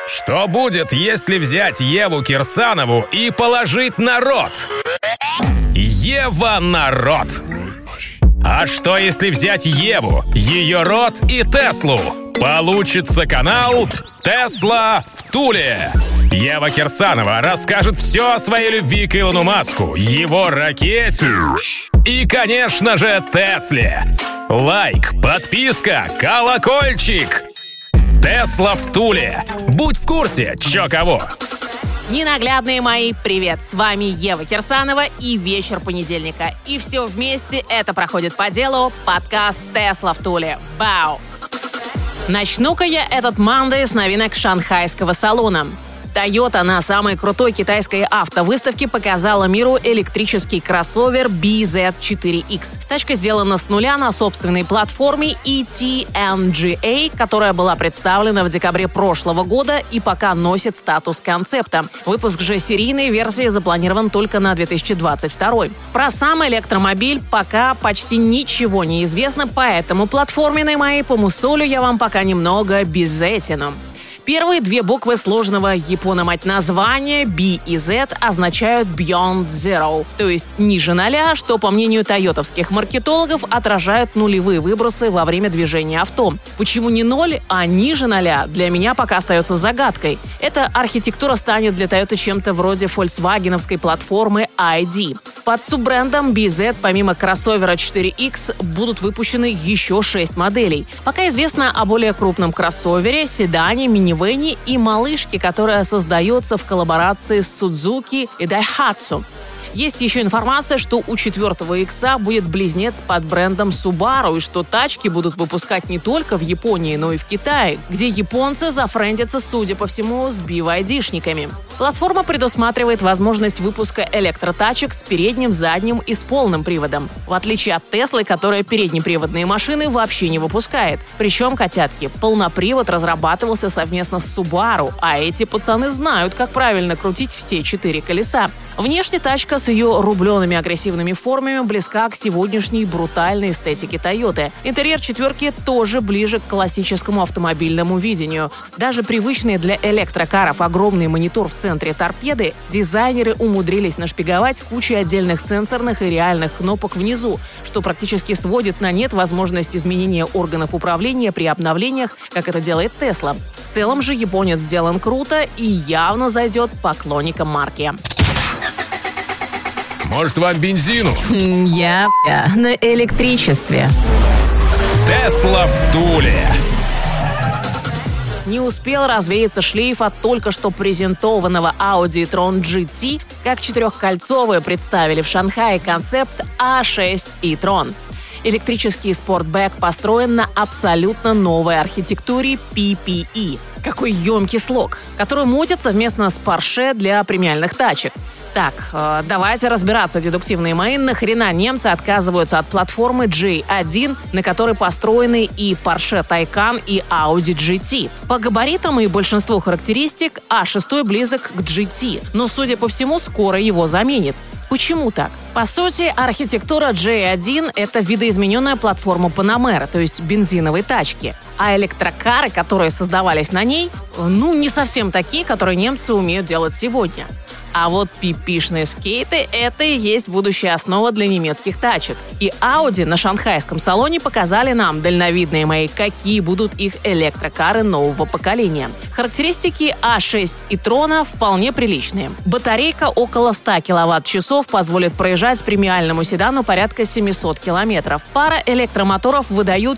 Что будет, если взять Еву Кирсанову и положить на рот? Ева на рот. А что, если взять Еву, ее рот и Теслу? Получится канал «Тесла в Туле». Ева Кирсанова расскажет все о своей любви к Илону Маску, его ракете и, конечно же, Тесле. Лайк, подписка, колокольчик. Тесла в Туле. Будь в курсе, чё кого. Ненаглядные мои, привет! С вами Ева Кирсанова и вечер понедельника. И все вместе это проходит по делу подкаст «Тесла в Туле». Бау! Начну-ка я этот Monday с новинок шанхайского салона. Toyota на самой крутой китайской автовыставке показала миру электрический кроссовер BZ4X. Тачка сделана с нуля на собственной платформе ETNGA, которая была представлена в декабре прошлого года и пока носит статус концепта. Выпуск же серийной версии запланирован только на 2022. Про сам электромобиль пока почти ничего не известно, поэтому платформенной моей по мусолю я вам пока немного безэтину. Первые две буквы сложного япономать названия B и Z означают Beyond Zero, то есть ниже нуля, что, по мнению тойотовских маркетологов, отражают нулевые выбросы во время движения авто. Почему не 0, а ниже нуля, для меня пока остается загадкой. Эта архитектура станет для Toyota чем-то вроде фольксвагеновской платформы ID. Под суббрендом BZ помимо кроссовера 4X будут выпущены еще 6 моделей. Пока известно о более крупном кроссовере, седане, минивэне и малышке, которая создается в коллаборации с Suzuki и Daihatsu. Есть еще информация, что у 4-го икса будет близнец под брендом Subaru, и что тачки будут выпускать не только в Японии, но и в Китае, где японцы зафрендятся, судя по всему, с BYD-шниками. Платформа предусматривает возможность выпуска электротачек с передним, задним и с полным приводом. В отличие от Теслы, которая переднеприводные машины вообще не выпускает. Причем, котятки, полнопривод разрабатывался совместно с Subaru, а эти пацаны знают, как правильно крутить все 4 колеса. Внешне тачка с ее рубленными агрессивными формами близка к сегодняшней брутальной эстетике Toyota. Интерьер четверки тоже ближе к классическому автомобильному видению. Даже привычный для электрокаров огромный монитор в центре торпеды дизайнеры умудрились нашпиговать кучей отдельных сенсорных и реальных кнопок внизу, что практически сводит на нет возможность изменения органов управления при обновлениях, как это делает Tesla. В целом же японец сделан круто и явно зайдет поклонникам марки. Может, вам бензину? Я на электричестве. Тесла в Туле. Не успел развеяться шлейф от только что презентованного Audi e-tron GT, как четырехкольцовые представили в Шанхае концепт A6 e-tron. Электрический спортбэк построен на абсолютно новой архитектуре PPE. Какой емкий слог, который мутит совместно с Porsche для премиальных тачек. Так, давайте разбираться, дедуктивные мои, нахрена немцы отказываются от платформы J1, на которой построены и Porsche Taycan, и Audi GT. По габаритам и большинству характеристик A6 близок к GT, но, судя по всему, скоро его заменит. Почему так? По сути, архитектура J1 — это видоизмененная платформа Panamera, то есть бензиновой тачки. А электрокары, которые создавались на ней, не совсем такие, которые немцы умеют делать сегодня. А вот пипишные скейты — это и есть будущая основа для немецких тачек. И Audi на шанхайском салоне показали нам, дальновидные мои, какие будут их электрокары нового поколения. Характеристики A6 e-tron вполне приличные. Батарейка около 100 киловатт-часов позволит проезжать премиальному седану порядка 700 километров. Пара электромоторов выдают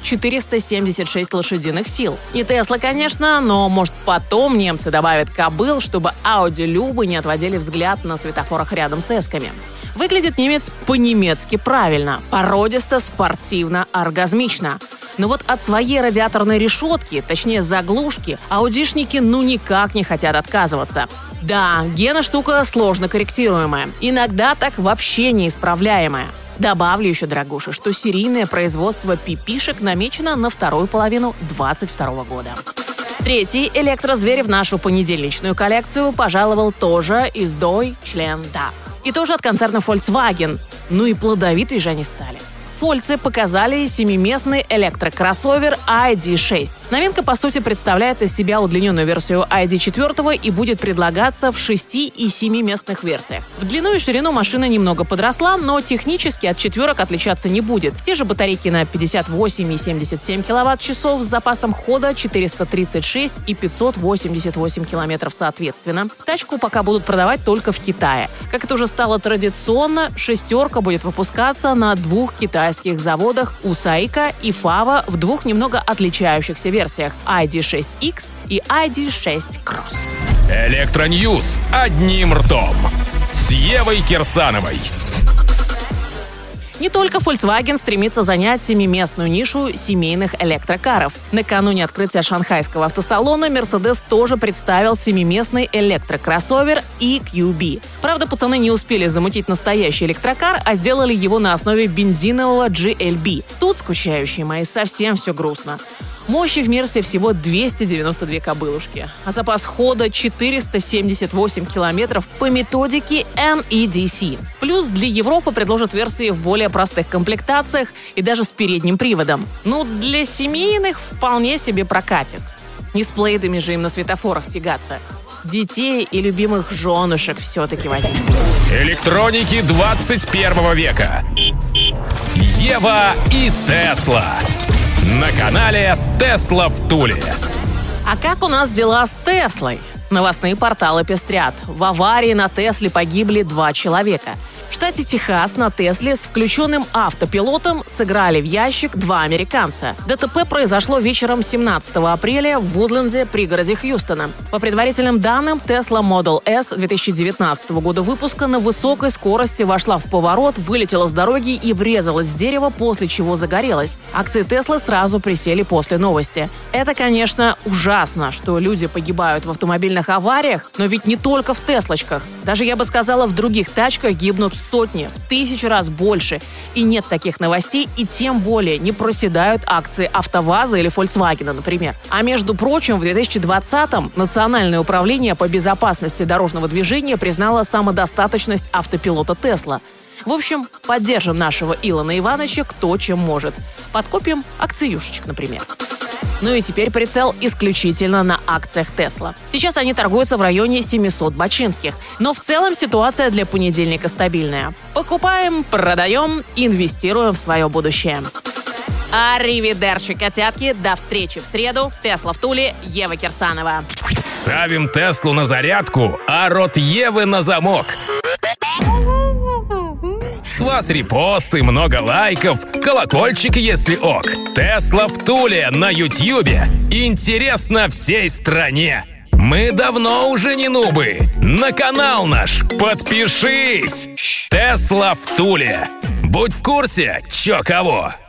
476 лошадиных сил. Не Tesla, конечно, но, может, потом немцы добавят кобыл, чтобы Audi-любы не отводили взгляд на светофорах рядом с эсками. Выглядит немец по-немецки правильно, породисто, спортивно, оргазмично. Но вот от своей радиаторной решетки, точнее заглушки, аудишники никак не хотят отказываться. Да, Гена штука сложно корректируемая, иногда так вообще неисправляемая. Добавлю еще, дорогуша, что серийное производство пипишек намечено на вторую половину 2022 года. Третий электрозверь в нашу понедельничную коллекцию пожаловал тоже из Deutschland. И тоже от концерна Volkswagen. И плодовитые же они стали. Фольцы показали 7-местный электрокроссовер ID6. Новинка, по сути, представляет из себя удлиненную версию ID4 и будет предлагаться в 6 и 7-местных версиях. В длину и ширину машина немного подросла, но технически от четверок отличаться не будет. Те же батарейки на 58 и 77 киловатт-часов с запасом хода 436 и 588 километров соответственно. Тачку пока будут продавать только в Китае. Как это уже стало традиционно, шестерка будет выпускаться на 2 китайских заводах Усаика и Фава в 2 немного отличающихся версиях ID.6X и ID.6 Cross. Электроньюз одним ртом с Евой Кирсановой. Не только Volkswagen стремится занять 7-местную нишу семейных электрокаров. Накануне открытия шанхайского автосалона Mercedes тоже представил 7-местный электрокроссовер EQB. Правда, пацаны не успели замутить настоящий электрокар, а сделали его на основе бензинового GLB. Тут, скучающие мои, совсем все грустно. Мощи в Мерсе всего 292 кобылушки, а запас хода 478 километров по методике NEDC. Плюс для Европы предложат версии в более простых комплектациях и даже с передним приводом. Ну, для семейных вполне себе прокатит. Не с плейдами же им на светофорах тягаться. Детей и любимых женушек все-таки возить. Электроники 21 века. Ева и Тесла. На канале «Тесла в Туле». А как у нас дела с Теслой? Новостные порталы пестрят. В аварии на Тесле погибли 2 человека. В штате Техас на Тесле с включенным автопилотом сыграли в ящик 2 американца. ДТП произошло вечером 17 апреля в Вудленде, пригороде Хьюстона. По предварительным данным, Tesla Model S 2019 года выпуска на высокой скорости вошла в поворот, вылетела с дороги и врезалась в дерево, после чего загорелась. Акции Теслы сразу присели после новости. Это, конечно, ужасно, что люди погибают в автомобильных авариях, но ведь не только в Теслочках. Даже, я бы сказала, в других тачках гибнут в сотни, в 1000 раз больше. И нет таких новостей, и тем более не проседают акции АвтоВАЗа или Volkswagen, например. А между прочим, в 2020-м Национальное управление по безопасности дорожного движения признало самодостаточность автопилота Тесла. В общем, поддержим нашего Илона Ивановича кто чем может. Подкупим акциюшечек, например. Ну и теперь прицел исключительно на акциях Tesla. Сейчас они торгуются в районе 700 бачинских. Но в целом ситуация для понедельника стабильная. Покупаем, продаем, инвестируем в свое будущее. Аривидерчи, котятки. До встречи в среду. Тесла в Туле. Ева Кирсанова. Ставим Теслу на зарядку, а рот Евы на замок. С вас репосты, много лайков, колокольчик, если ок. Тесла в Туле на Ютьюбе. Интересно всей стране. Мы давно уже не нубы. На канал наш подпишись. Тесла в Туле. Будь в курсе, чё кого.